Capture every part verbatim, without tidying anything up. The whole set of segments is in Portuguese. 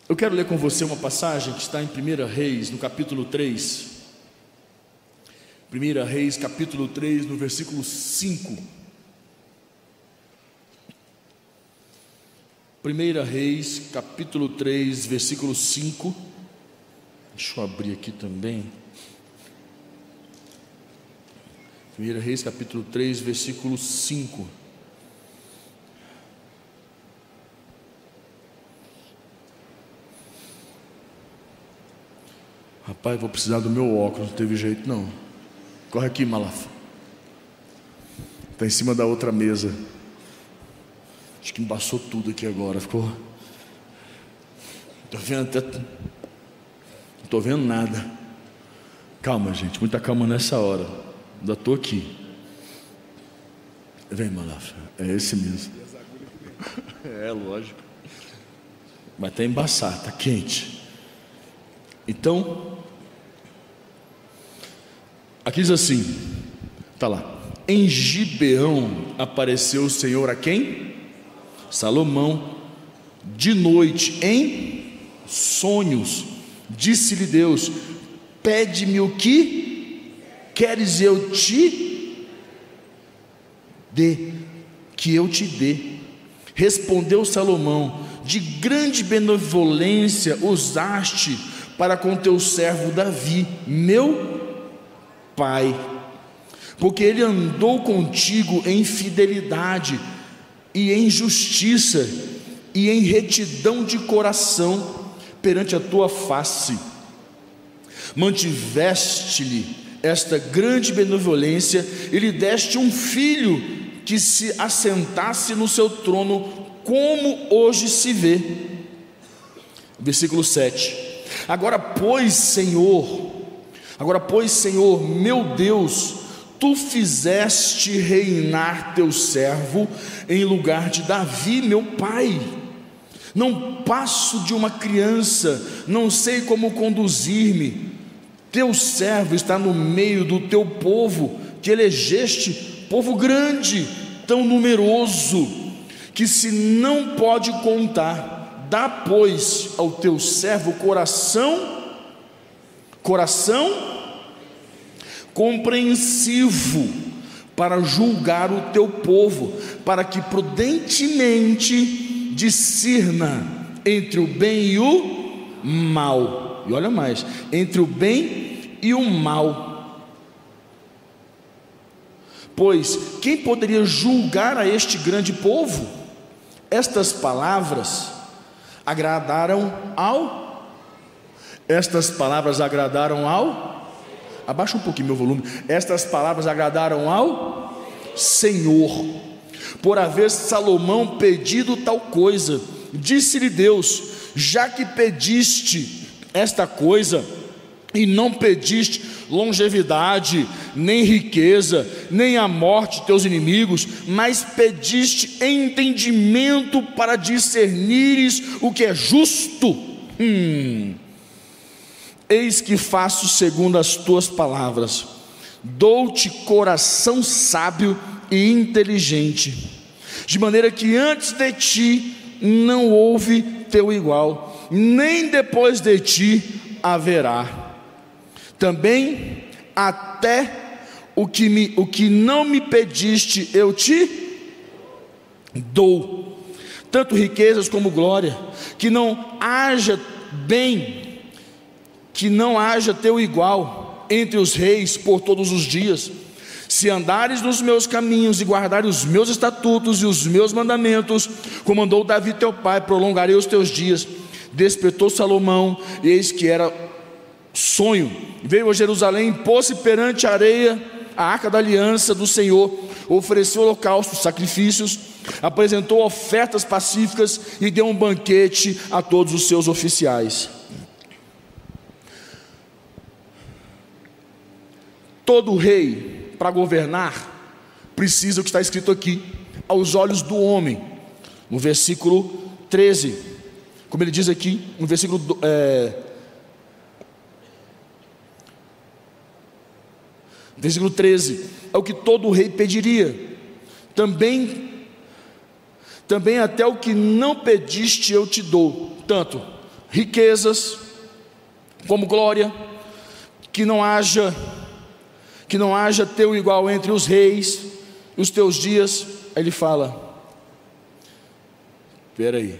Eu quero ler com você uma passagem que está em primeira Reis, no capítulo três. primeira Reis, capítulo três, no versículo cinco. primeira Reis, capítulo três, versículo cinco. Deixa eu abrir aqui também. primeira Reis, capítulo três, versículo cinco. Rapaz, vou precisar do meu óculos, não teve jeito não. Corre aqui, Malafa. Está em cima da outra mesa. Acho que embaçou tudo aqui agora. Ficou. Estou vendo até. Não estou vendo nada. Calma, gente, muita calma nessa hora. Ainda estou aqui. Vem, Malafa. É esse mesmo. É, lógico. Vai até embaçar, está quente. Então, aqui diz assim, está lá: em Gibeão apareceu o Senhor a quem? Salomão, de noite, em sonhos. Disse-lhe Deus: pede-me o que queres eu te dê, que eu te dê. Respondeu Salomão: de grande benevolência usaste para com teu servo Davi, meu pai, porque ele andou contigo em fidelidade e em justiça e em retidão de coração perante a tua face. Mantiveste-lhe esta grande benevolência e lhe deste um filho que se assentasse no seu trono, como hoje se vê. Versículo sete. Agora pois, Senhor, agora pois, Senhor, meu Deus, tu fizeste reinar teu servo em lugar de Davi, meu pai. Não passo de uma criança, não sei como conduzir-me. Teu servo está no meio do teu povo, que elegeste, povo grande, tão numeroso, que se não pode contar. Dá, pois, ao teu servo coração, coração compreensivo, para julgar o teu povo, para que prudentemente discirna entre o bem e o mal. E olha mais, entre o bem e o mal. Pois quem poderia julgar a este grande povo? Estas palavras agradaram ao Estas palavras agradaram ao Abaixa um pouquinho meu volume. Estas palavras agradaram ao Senhor, por haver Salomão pedido tal coisa. Disse-lhe Deus: já que pediste esta coisa, e não pediste longevidade, nem riqueza, nem a morte de teus inimigos, mas pediste entendimento para discernires o que é justo, hum, eis que faço segundo as tuas palavras. Dou-te coração sábio e inteligente, de maneira que antes de ti não houve teu igual, nem depois de ti haverá. Também até o que, me, o que não me pediste eu te dou, tanto riquezas como glória, que não haja bem, que não haja teu igual entre os reis por todos os dias. Se andares nos meus caminhos e guardares os meus estatutos e os meus mandamentos, como mandou Davi teu pai, prolongarei os teus dias. Despertou Salomão, e eis que era sonho. Veio a Jerusalém, pôs-se perante a areia, a arca da aliança do Senhor, ofereceu holocaustos, sacrifícios, apresentou ofertas pacíficas e deu um banquete a todos os seus oficiais. Todo rei, para governar, precisa o que está escrito aqui, aos olhos do homem, no versículo treze, como ele diz aqui, no versículo é, versículo treze, é o que todo rei pediria. Também, também até o que não pediste eu te dou, tanto riquezas, como glória, que não haja, que não haja teu igual entre os reis e os teus dias. Aí ele fala, espera aí,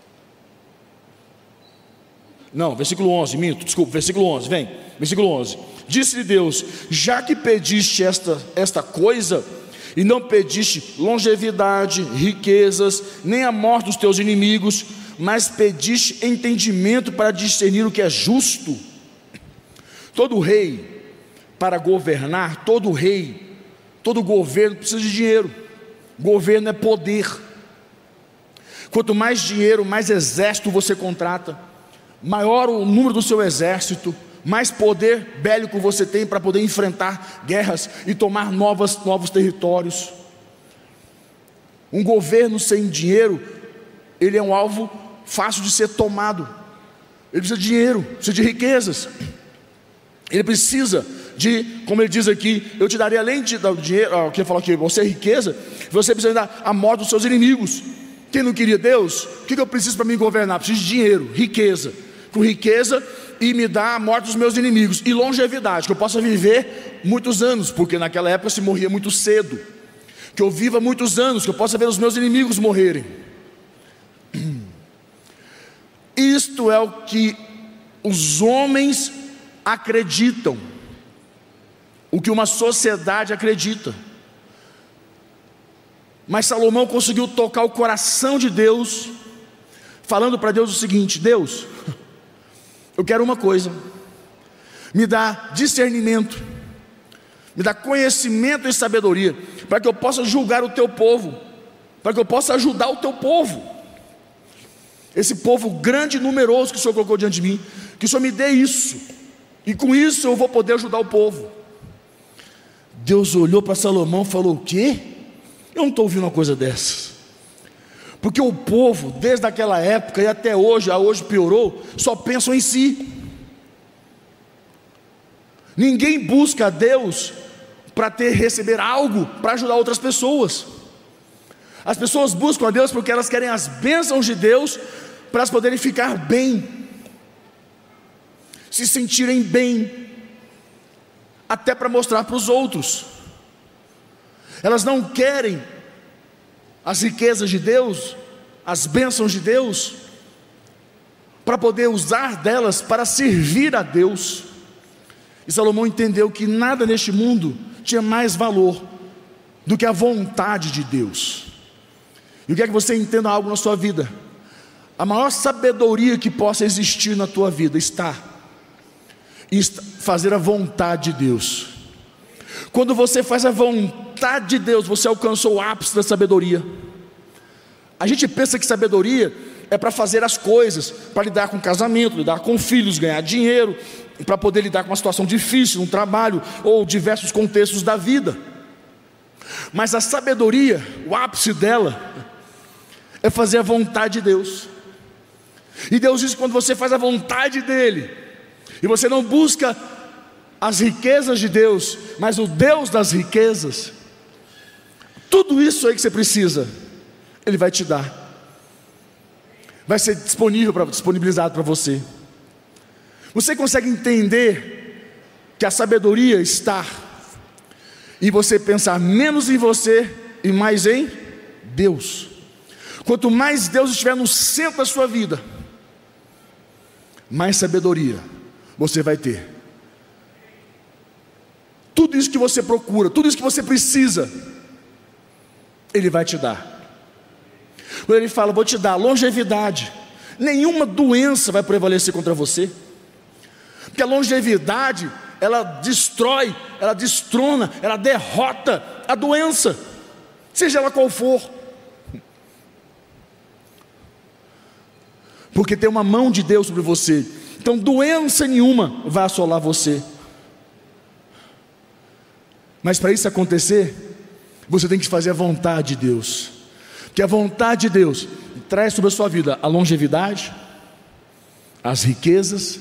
não, versículo onze, minto, desculpa, versículo onze, vem, versículo onze, disse-lhe Deus, já que pediste esta, esta coisa, e não pediste longevidade, riquezas, nem a morte dos teus inimigos, mas pediste entendimento para discernir o que é justo. Todo rei, para governar, todo rei, todo governo precisa de dinheiro. Governo é poder. Quanto mais dinheiro, mais exército você contrata, maior o número do seu exército, mais poder bélico você tem para poder enfrentar guerras e tomar novas, novos territórios. Um governo sem dinheiro, ele é um alvo fácil de ser tomado. Ele precisa de dinheiro, precisa de riquezas. Ele precisa de, como ele diz aqui, eu te darei além de dar o dinheiro, ó, que ele falou aqui, você é riqueza, você precisa dar a morte dos seus inimigos. Quem não queria Deus? O que eu preciso para me governar? Preciso de dinheiro, riqueza. Com riqueza e me dá a morte dos meus inimigos. E longevidade, que eu possa viver muitos anos, porque naquela época se morria muito cedo. Que eu viva muitos anos, que eu possa ver os meus inimigos morrerem. Isto é o que os homens acreditam, o que uma sociedade acredita. Mas Salomão conseguiu tocar o coração de Deus, falando para Deus o seguinte: Deus, eu quero uma coisa, me dá discernimento, me dá conhecimento e sabedoria, para que eu possa julgar o teu povo, para que eu possa ajudar o teu povo, esse povo grande e numeroso que o Senhor colocou diante de mim, que o Senhor me dê isso, e com isso eu vou poder ajudar o povo. Deus olhou para Salomão e falou: o quê? Eu não estou ouvindo uma coisa dessas. Porque o povo, desde aquela época e até hoje, a hoje piorou, só pensam em si. Ninguém busca a Deus para ter, receber algo para ajudar outras pessoas. As pessoas buscam a Deus porque elas querem as bênçãos de Deus para elas poderem ficar bem, se sentirem bem, até para mostrar para os outros. Elas não querem as riquezas de Deus, as bênçãos de Deus, para poder usar delas para servir a Deus. E Salomão entendeu que nada neste mundo tinha mais valor do que a vontade de Deus. E eu quero que você entenda algo na sua vida: a maior sabedoria que possa existir na tua vida está em fazer a vontade de Deus. Quando você faz a vontade de Deus, você alcançou o ápice da sabedoria. A gente pensa que sabedoria é para fazer as coisas, para lidar com casamento, lidar com filhos, ganhar dinheiro, para poder lidar com uma situação difícil, um trabalho ou diversos contextos da vida. Mas a sabedoria, o ápice dela é fazer a vontade de Deus. E Deus diz que quando você faz a vontade dEle, e você não busca as riquezas de Deus, mas o Deus das riquezas, tudo isso aí que você precisa, Ele vai te dar, vai ser disponível pra, disponibilizado para você. Você consegue entender que a sabedoria está em você pensar menos em você e mais em Deus? Quanto mais Deus estiver no centro da sua vida, mais sabedoria você vai ter. Tudo isso que você procura, tudo isso que você precisa, Ele vai te dar. Quando Ele fala: vou te dar longevidade, nenhuma doença vai prevalecer contra você, porque a longevidade, ela destrói, ela destrona, ela derrota a doença, seja ela qual for, porque tem uma mão de Deus sobre você. Então doença nenhuma vai assolar você. Mas para isso acontecer, você tem que fazer a vontade de Deus, porque a vontade de Deus traz sobre a sua vida a longevidade, as riquezas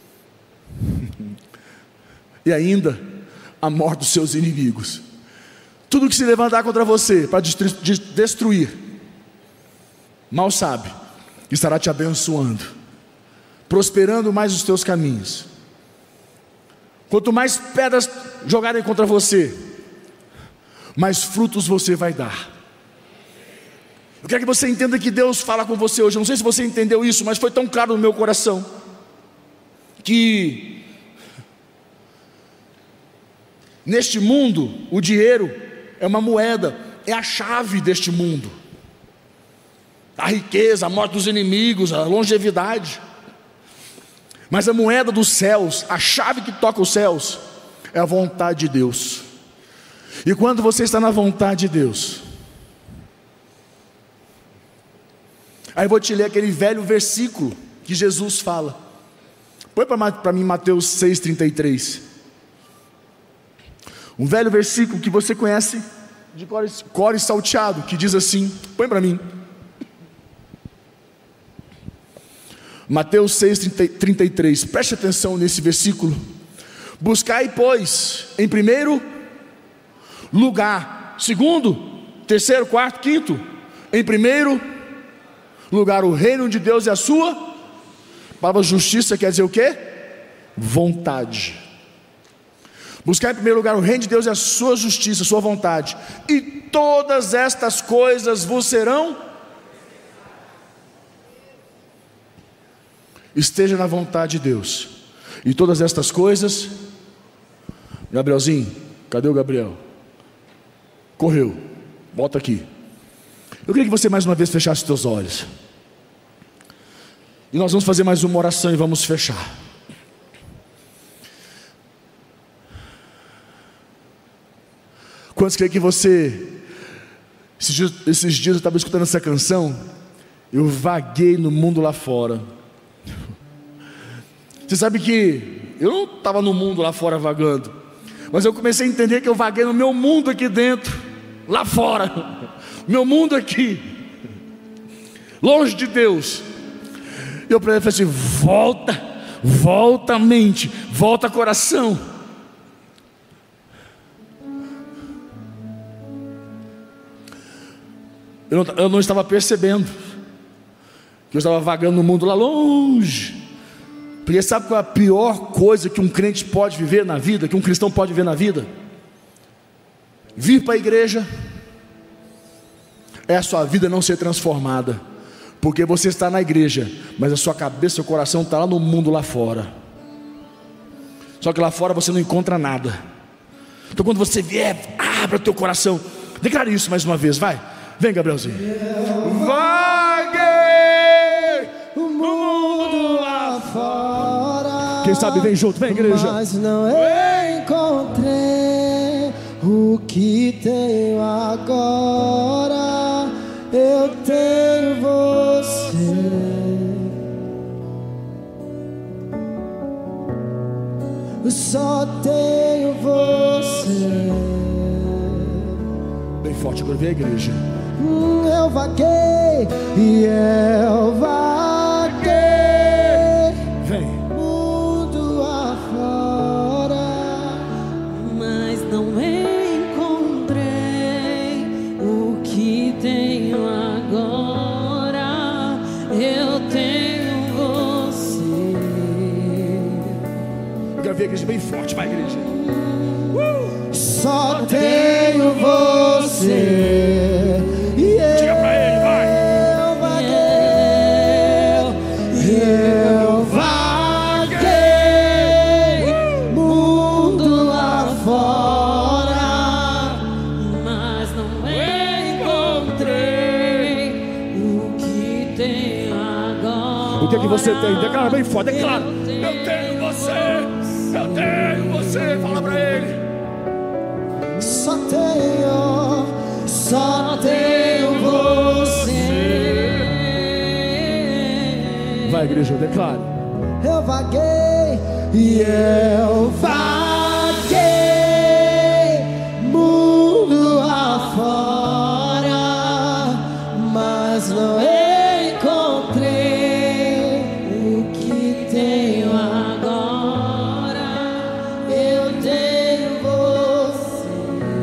e ainda a morte dos seus inimigos. Tudo que se levantar contra você para destruir, mal sabe que estará te abençoando. prosperando mais os teus caminhos. Quanto mais pedras jogarem contra você, mais frutos você vai dar. Eu quero que você entenda que Deus fala com você hoje. Eu não sei se você entendeu isso, mas foi tão claro no meu coração, que neste mundo, o dinheiro é uma moeda, é a chave deste mundo. A riqueza, a morte dos inimigos, a longevidade. Mas a moeda dos céus, a chave que toca os céus, é a vontade de Deus. E quando você está na vontade de Deus, aí eu vou te ler aquele velho versículo que Jesus fala. Põe para mim Mateus seis, trinta e três. Um velho versículo que você conhece de cor e salteado, que diz assim, põe para mim. Mateus seis, trinta e três, preste atenção nesse versículo. Buscai, pois, em primeiro lugar, segundo, terceiro, quarto, quinto, em primeiro lugar o reino de Deus e a sua, a palavra justiça quer dizer o quê? Vontade. Buscar em primeiro lugar o reino de Deus e a sua justiça, a sua vontade, e todas estas coisas vos serão. Esteja na vontade de Deus, e todas estas coisas. Gabrielzinho, cadê o Gabriel? Correu, bota aqui. Eu queria que você mais uma vez fechasse os teus olhos, e nós vamos fazer mais uma oração e vamos fechar. Quantos creem que você, esses dias, esses dias eu estava escutando essa canção, eu vaguei no mundo lá fora. Você sabe que eu não estava no mundo lá fora vagando, mas eu comecei a entender que eu vaguei no meu mundo aqui dentro, lá fora, meu mundo aqui, longe de Deus. E eu falei assim: volta, volta a mente, volta coração. Eu não, eu não estava percebendo que eu estava vagando no mundo lá longe. Porque sabe qual é a pior coisa que um crente pode viver na vida, que um cristão pode viver na vida? Vir para a igreja é a sua vida não ser transformada, porque você está na igreja, mas a sua cabeça, seu coração está lá no mundo lá fora. Só que lá fora você não encontra nada. Então quando você vier, abra o teu coração. Declare isso mais uma vez, vai. Vem, Gabrielzinho. Vaguei o mundo lá fora. Quem sabe vem junto, vem, igreja. Mas não encontrei o que tenho agora. Eu tenho você. Só tenho você. Bem forte, agora vem a igreja. Eu vaguei e eu vaguei, vem, mundo afora, mas não encontrei o que tenho agora. Eu tenho você. Eu quero ver a igreja bem forte, vai, igreja. Uh! Só tenho você. Diga pra ele, vai. Eu vaguei, mundo lá fora, mas não encontrei o que tenho agora. O que é que você tem? Declara bem forte, declara. Eu tenho você, eu tenho você. Fala pra ele. Só tenho, só tenho você. Vai, igreja, declare. Eu vaguei e eu vaguei, mundo afora, mas não encontrei o que tenho agora. Eu tenho você,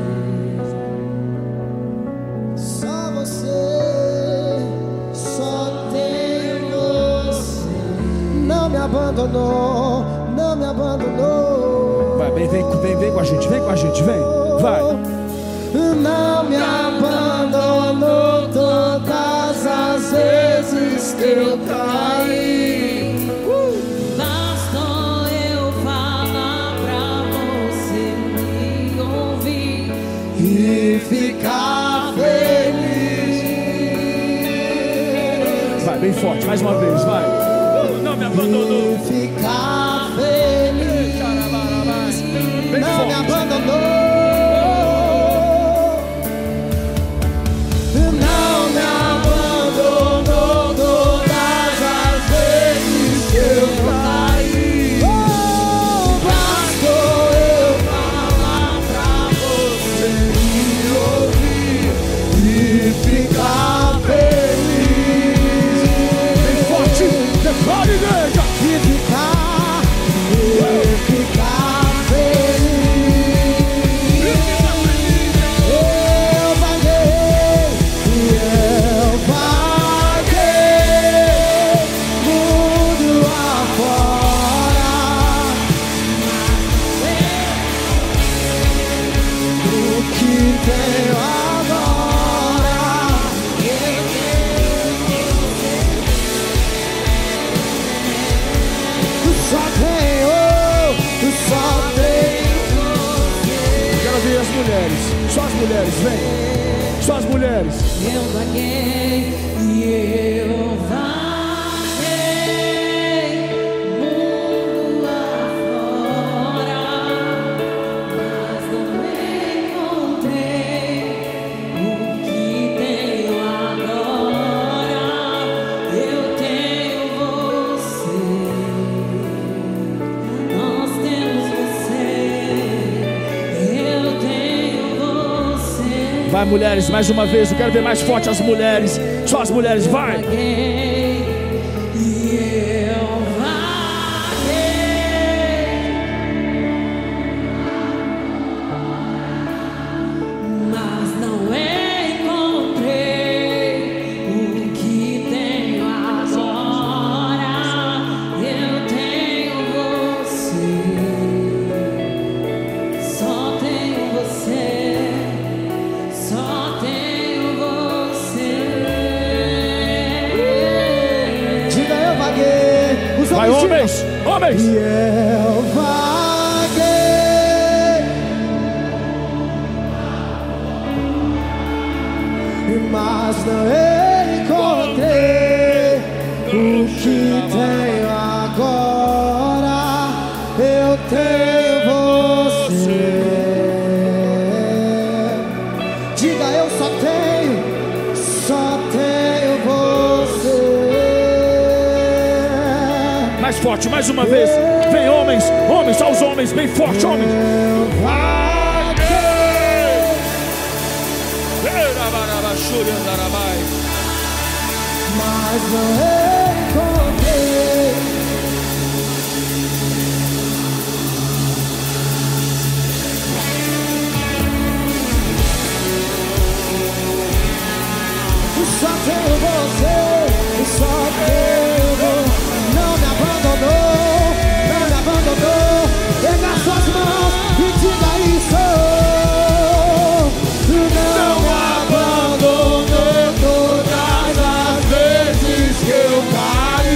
só você, só tenho você. Não não me abandonou, não me abandonou. Vai, vem, vem, vem, vem com a gente, vem com a gente, vem, vai. Não me abandonou todas as vezes que eu caí. Bastou eu falar pra você me ouvir E ficar feliz. Vai, bem forte, mais uma vez, vai. Não me abandonou. E ficar feliz. Bem Não me forte. abandonou. Não me abandonou todas as vezes que eu caí. Oh, bastou eu falar pra você me ouvir e ficar feliz. Bem forte, declare, igreja. E ficar, e ficar feliz. Eu paguei, eu paguei mundo afora. O que tenho agora, só tenho, só tenho. Quero ver as mulheres, só as mulheres, vem. Só as mulheres. Eu vaguei e eu vaguei mundo afora, mas não encontrei o que tenho agora. Eu tenho você, nós temos você, eu tenho você. Vai, mulheres, mais uma vez. Eu quero ver mais forte as mulheres. Só as mulheres, vai. Vaguei e eu vaguei, mas não encontrei o que tenho agora. Eu tenho você, só tenho você, só tenho você. Diga eu vaguei. Os Vai, homens, homens, homens. e eu vaguei, mas não encontrei o que tenho agora. Eu tenho você. Diga eu só tenho, só tenho você. Mais forte, mais uma vez. Vem, homens, homens, só os homens, bem forte, homens. Eu vaguei, mas não encontrei. Só tenho você, só tenho você. Não me abandonou, não me abandonou. Pega suas mãos e diga isso. Não me abandonou todas as vezes que eu caí.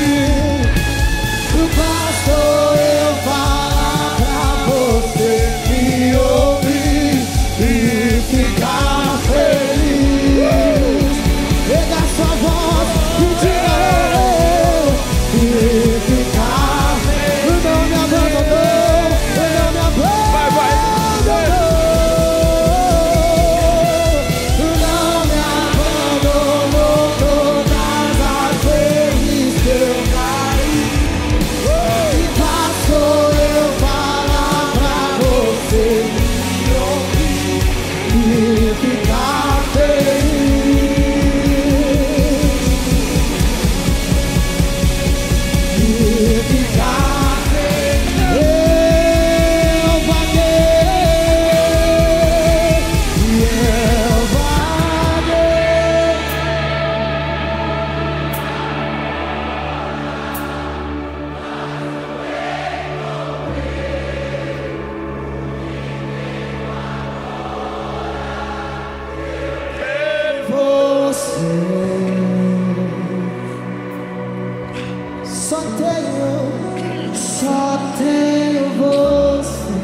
tenho, só tenho você.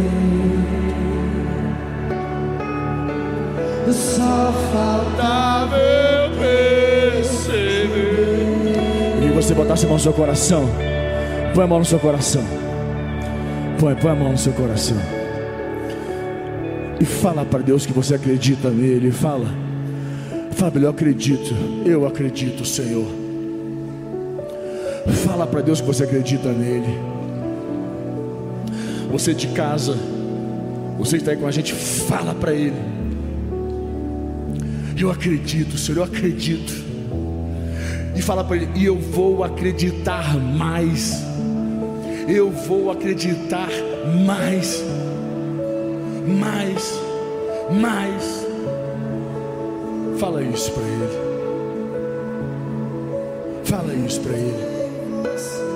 Só faltava eu perceber. E você botasse a mão no seu coração. Põe a mão no seu coração. Põe, põe a mão no seu coração. E fala para Deus que você acredita nele. Fala. Fala, eu acredito. Eu acredito, Senhor. Fala para Deus que você acredita nele. Você de casa, você que está aí com a gente, fala para ele. Eu acredito, Senhor, eu acredito. E fala para ele, e eu vou acreditar mais. Eu vou acreditar mais. Mais. Mais. Fala isso para ele. Fala isso para ele.